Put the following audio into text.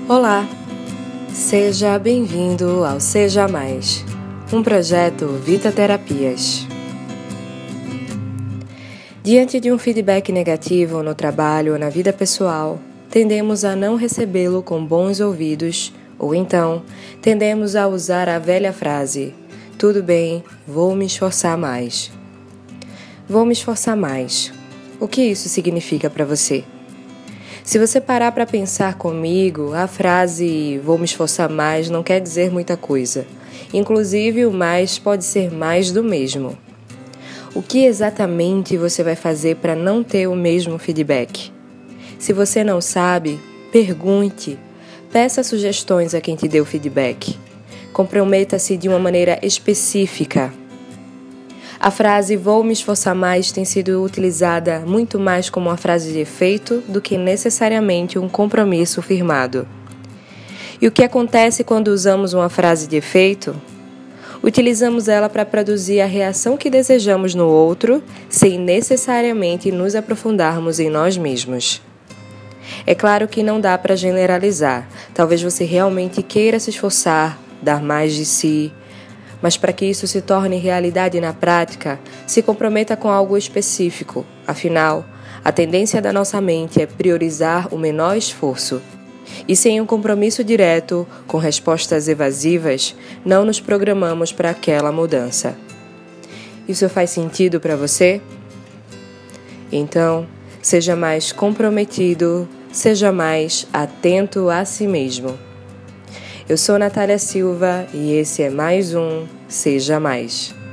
Olá, seja bem-vindo ao Seja Mais, um projeto Vita Terapias. Diante de um feedback negativo no trabalho ou na vida pessoal, tendemos a não recebê-lo com bons ouvidos, ou então tendemos a usar a velha frase: tudo bem, vou me esforçar mais. Vou me esforçar mais. O que isso significa para você? Se você parar para pensar comigo, a frase vou me esforçar mais não quer dizer muita coisa. Inclusive, o mais pode ser mais do mesmo. O que exatamente você vai fazer para não ter o mesmo feedback? Se você não sabe, pergunte. Peça sugestões a quem te deu feedback. Comprometa-se de uma maneira específica. A frase vou me esforçar mais tem sido utilizada muito mais como uma frase de efeito do que necessariamente um compromisso firmado. E o que acontece quando usamos uma frase de efeito? Utilizamos ela para produzir a reação que desejamos no outro, sem necessariamente nos aprofundarmos em nós mesmos. É claro que não dá para generalizar. Talvez você realmente queira se esforçar, dar mais de si, mas para que isso se torne realidade na prática, se comprometa com algo específico. Afinal, a tendência da nossa mente é priorizar o menor esforço. E sem um compromisso direto, com respostas evasivas, não nos programamos para aquela mudança. Isso faz sentido para você? Então, seja mais comprometido, seja mais atento a si mesmo. Eu sou Natália Silva e esse é mais um Seja Mais.